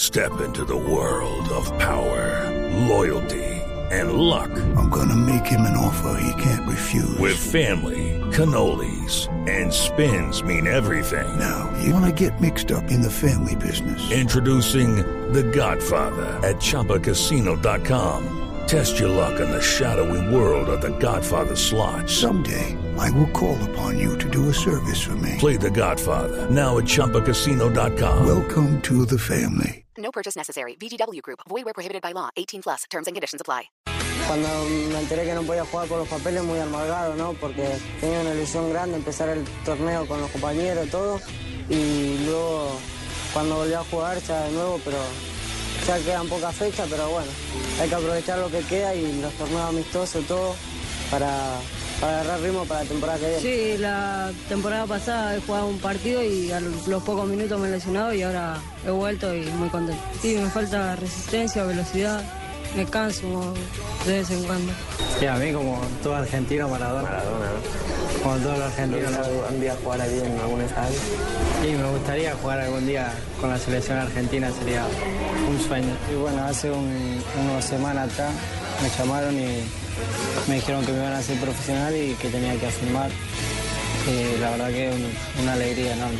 Step into the world of power, loyalty, and luck. I'm gonna make him an offer he can't refuse. With family, cannolis, and spins mean everything. Now, you wanna get mixed up in the family business. Introducing The Godfather at ChumbaCasino.com. Test your luck in the shadowy world of The Godfather slot. Someday, I will call upon you to do a service for me. Play The Godfather now at ChumbaCasino.com. Welcome to the family. No purchase necessary. VGW Group. Void where prohibited by law. 18+. Terms and conditions apply. Cuando me enteré que no podía jugar por los papeles, muy amargado, ¿no? Porque tenía una ilusión grande empezar el torneo con los compañeros, todo. Y luego, cuando volví a jugar, ya de nuevo, pero ya quedan pocas fechas, pero bueno, hay que aprovechar lo que queda y los torneos amistosos, todo, para agarrar ritmo para la temporada que viene. Sí, la temporada pasada he jugado un partido y a los pocos minutos me he lesionado y ahora he vuelto y muy contento. Sí, me falta resistencia, velocidad, me canso de vez en cuando. Sí, a mí como todo argentino, Maradona. Maradona, ¿no? Como todos los argentinos. ¿Algún día jugar ahí en algún estadio? Sí, me gustaría jugar algún día con la selección argentina, sería un sueño. Y bueno, hace unas semanas atrás me llamaron y me dijeron que me iban a hacer profesional y que tenía que firmar. La verdad que es una alegría enorme.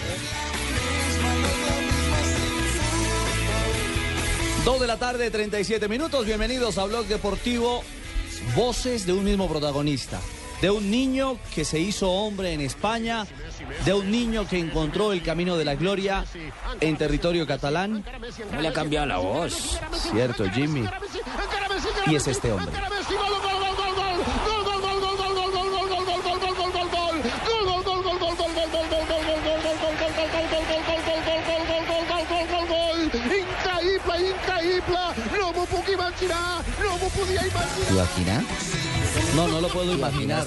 2 de la tarde, 37 minutos. Bienvenidos a Blog Deportivo. Voces de un mismo protagonista. De un niño que se hizo hombre en España. De un niño que encontró el camino de la gloria en territorio catalán. No le ha cambiado la voz. Cierto, Jimmy. Y es este hombre. ¿Te imaginas? No, no lo puedo imaginar.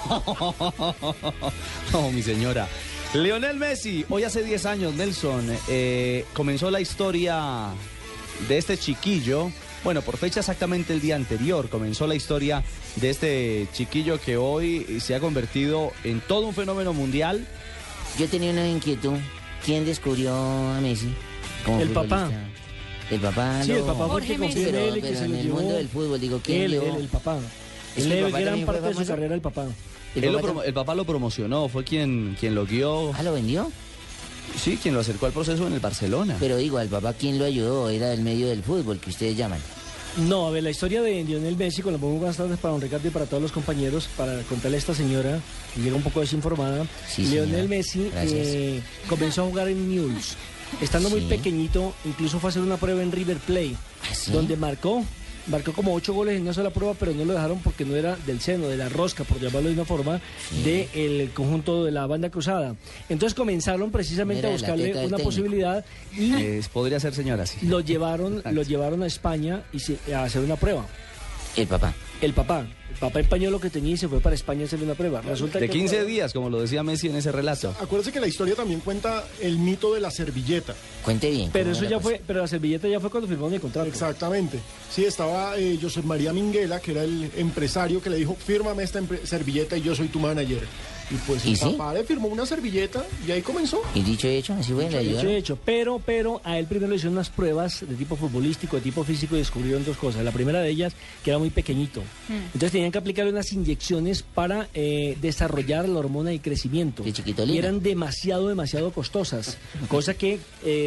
No, mi señora. Lionel Messi, hoy hace 10 años, Nelson, comenzó la historia de este chiquillo. Bueno, por fecha exactamente el día anterior comenzó la historia de este chiquillo que hoy se ha convertido en todo un fenómeno mundial. Yo tenía una inquietud. ¿Quién descubrió a Messi? El papá. El papá. Sí, el papá fue el que confió en él y que se en lo el llevó. mundo del fútbol, digo, ¿quién El papá. Es que el papá gran parte de su famoso. carrera el papá. El papá lo promocionó, fue quien lo guió. ¿Ah, lo vendió? Sí, quien lo acercó al proceso en el Barcelona. Pero digo, al papá, ¿quién lo ayudó? Era del medio del fútbol, que ustedes llaman. No, a ver, la historia de Lionel Messi, con lo pongo más tarde para don Ricardo y para todos los compañeros, para contarle a esta señora, que llega un poco desinformada. Sí, Lionel señora. Messi Gracias. comenzó a jugar en Newell's. Estando muy Sí. pequeñito, incluso fue a hacer una prueba en River Plate, ¿Ah, sí? donde marcó como 8 goles en una sola prueba, pero no lo dejaron porque no era del seno, de la rosca, por llamarlo de una forma, del conjunto de la banda cruzada. Entonces comenzaron precisamente Era a la buscarle teta del una técnico. posibilidad y Podría ser señora, sí. lo llevaron a España a hacer una prueba. El papá. El papá empañó lo que tenía y se fue para España a hacerle una prueba. Resulta De que 15 días, como lo decía Messi en ese relato. Acuérdese que la historia también cuenta el mito de la servilleta. Cuente bien. Pero ¿cómo eso era ya la cosa? fue, pero la servilleta ya fue cuando firmaron el contrato. Exactamente. Sí, estaba José María Minguela, que era el empresario que le dijo, fírmame esta servilleta y yo soy tu manager. Y pues ¿Y el sí? papá le firmó una servilleta y ahí comenzó. Y dicho y hecho, así fue, le Dicho ayudaron. y hecho, pero a él primero le hicieron unas pruebas de tipo futbolístico, de tipo físico y descubrieron 2 cosas. La primera de ellas, que era muy pequeñito. Entonces tenían que aplicarle unas inyecciones para desarrollar la hormona del crecimiento. De chiquitolina. Y eran demasiado costosas. Cosa que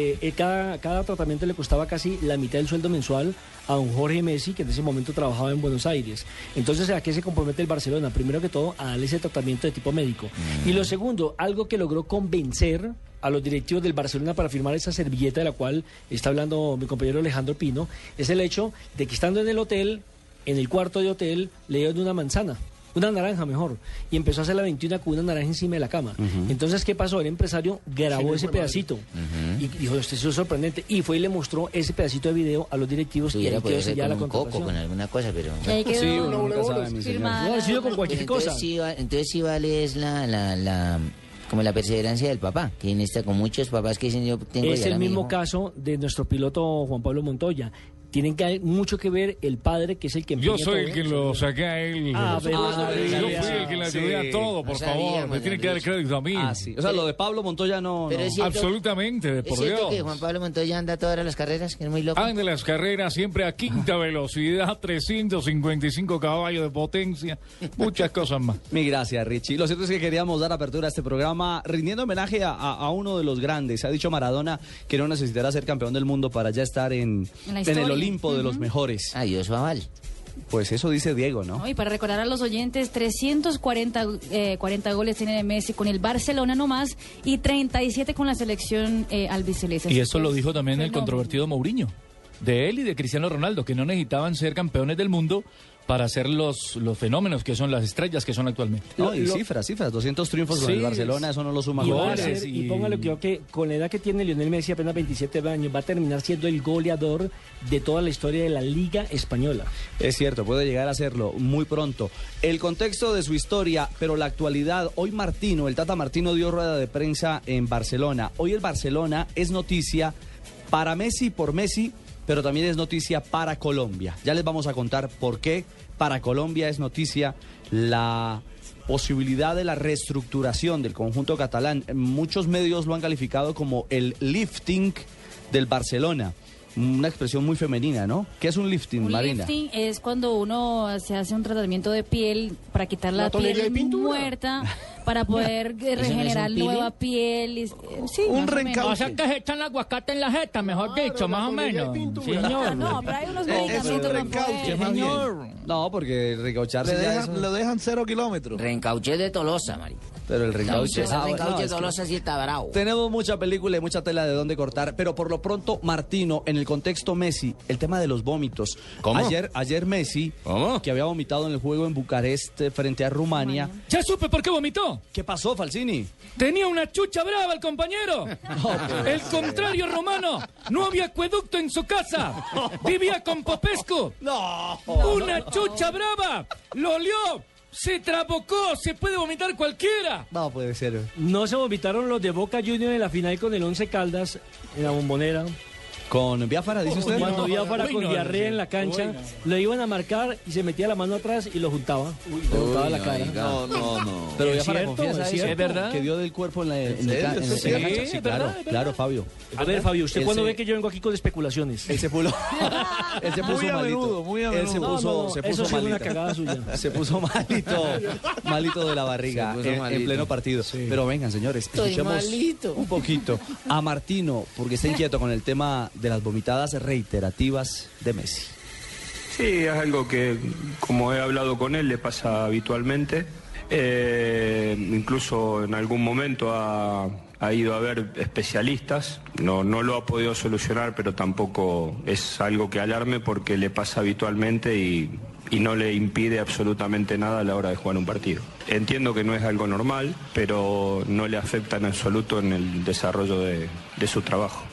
cada tratamiento le costaba casi la mitad del sueldo mensual a don Jorge Messi, que en ese momento trabajaba en Buenos Aires. Entonces, ¿a qué se compromete el Barcelona? Primero que todo, a darle ese tratamiento de tipo médico. Y lo segundo, algo que logró convencer a los directivos del Barcelona para firmar esa servilleta de la cual está hablando mi compañero Alejandro Pino, es el hecho de que estando en el hotel, en el cuarto de hotel, le dieron una manzana. Una naranja mejor, y empezó a hacer la 21 con una naranja encima de la cama. Entonces, ¿qué pasó? El empresario grabó ese pedacito y dijo, esto es sorprendente, y fue y le mostró ese pedacito de video a los directivos. Hubiera y podido ser ya con la un coco, contratación. con alguna cosa, pero... Y ahí quedó Sí, uno nunca sabe, mi señor. firmada. No, ha sido con Pero cualquier cosa. entonces sí vale es como la perseverancia del papá, que en esta con muchos papás que dicen yo tengo Es ya el a mi mismo hijo. caso de nuestro piloto Juan Pablo Montoya. tienen que mucho que ver el padre, que es el que empeña. Yo soy el que lo saqué a él. Yo fui el que le ayudé a todo, por favor. Me tienen que dar crédito a mí. Sí. O sea, lo de Pablo Montoya no. Absolutamente, por Dios. ¿Es cierto que Juan Pablo Montoya anda todas las carreras, que es muy loco? Anda las carreras siempre a quinta velocidad, 355 caballos de potencia, muchas cosas más. Mi gracias, Richie. Lo cierto es que queríamos dar apertura a este programa rindiendo homenaje a uno de los grandes. Se ha dicho Maradona que no necesitará ser campeón del mundo para ya estar en el Olimpo de los mejores. Adiós, Babal. Pues eso dice Diego, ¿no? Y para recordar a los oyentes, 340 goles tiene Messi con el Barcelona nomás y 37 con la selección albiceleste. Y eso lo dijo también el controvertido Mourinho, de él y de Cristiano Ronaldo, que no necesitaban ser campeones del mundo para hacer los fenómenos que son las estrellas que son actualmente. No, y cifras, 200 triunfos con el Barcelona, eso no lo suma goles. Y póngale que con la edad que tiene Lionel Messi, apenas 27 años, va a terminar siendo el goleador de toda la historia de la Liga Española. Es cierto, puede llegar a serlo muy pronto. El contexto de su historia, pero la actualidad, hoy el Tata Martino dio rueda de prensa en Barcelona. Hoy el Barcelona es noticia para Messi, por Messi, pero también es noticia para Colombia. Ya les vamos a contar por qué para Colombia es noticia la posibilidad de la reestructuración del conjunto catalán. Muchos medios lo han calificado como el lifting del Barcelona. Una expresión muy femenina, ¿no? ¿Qué es un lifting, Marina? Lifting es cuando uno se hace un tratamiento de piel para quitar la piel muerta, para poder regenerar nueva piel. Sí, un reencauche. O sea que se echan aguacate en la jeta, mejor dicho, más o menos. Señor. No, pero hay unos medicamentos. Es un reencauche, señor. No, porque reencaucharse lo dejan 0 kilómetros. Reencauche de Tolosa, Mari. Pero el reencauche... reencauche de Tolosa sí está bravo. Tenemos mucha película y mucha tela de dónde cortar, pero por lo pronto, Martino, en el contexto Messi, el tema de los vómitos. ¿Cómo? Ayer Messi, que había vomitado en el juego en Bucarest frente a Rumania. Ya supe por qué vomitó. ¿Qué pasó, Falsini? Tenía una chucha brava el compañero. El contrario romano. No había acueducto en su casa. Vivía con Popescu. Una chucha brava. Lo olió. Se trabocó, se puede vomitar cualquiera. No puede ser. No se vomitaron los de Boca Juniors en la final con el 11 Caldas en la Bombonera. ¿Con Biafara, dice usted? Cuando Biafara con diarrea en la cancha, lo iban a marcar y se metía la mano atrás y lo juntaba. Le juntaba la cara. No. Pero Biafara confiesa eso. ¿Es verdad? Que dio del cuerpo en la cancha. Sí, claro, Fabio. A ver, Fabio, ¿usted cuándo ve que yo vengo aquí con especulaciones? Él se puso malito. Muy a menudo. Él se puso eso sí malito. Es una cagada suya. Se puso malito de la barriga en pleno partido. Sí. Pero vengan, señores, escuchemos un poquito a Martino, porque está inquieto con el tema de las vomitadas reiterativas de Messi. Sí, es algo que, como he hablado con él, le pasa habitualmente. Incluso en algún momento ha ido a ver especialistas. No lo ha podido solucionar, pero tampoco es algo que alarme porque le pasa habitualmente y no le impide absolutamente nada a la hora de jugar un partido. Entiendo que no es algo normal, pero no le afecta en absoluto en el desarrollo de su trabajo.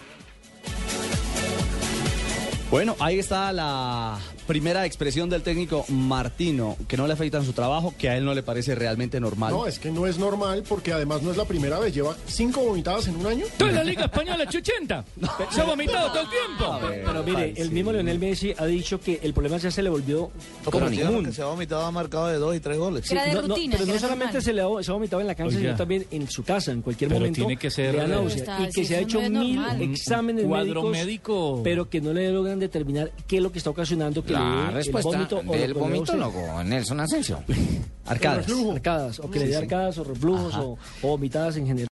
Bueno, ahí está la primera expresión del técnico Martino, que no le afecta en su trabajo, que a él no le parece realmente normal. No, es que no es normal porque además no es la primera vez. Lleva 5 vomitadas en un año. Toda la Liga Española 80. Se ha vomitado todo el tiempo. Pero mire, el mismo Lionel Messi ha dicho que el problema ya se le volvió común. Que se ha vomitado, ha marcado de 2 y 3 goles. Sí, pero no solamente se ha vomitado en la cancha, sino también en su casa, en cualquier momento. Tiene que ser y que se ha hecho 1000 exámenes médicos, pero que no le logran determinar qué es lo que está ocasionando que la respuesta del vomitólogo Nelson Asensio. Arcadas, o que le dé arcadas o reflujos o vomitadas en general.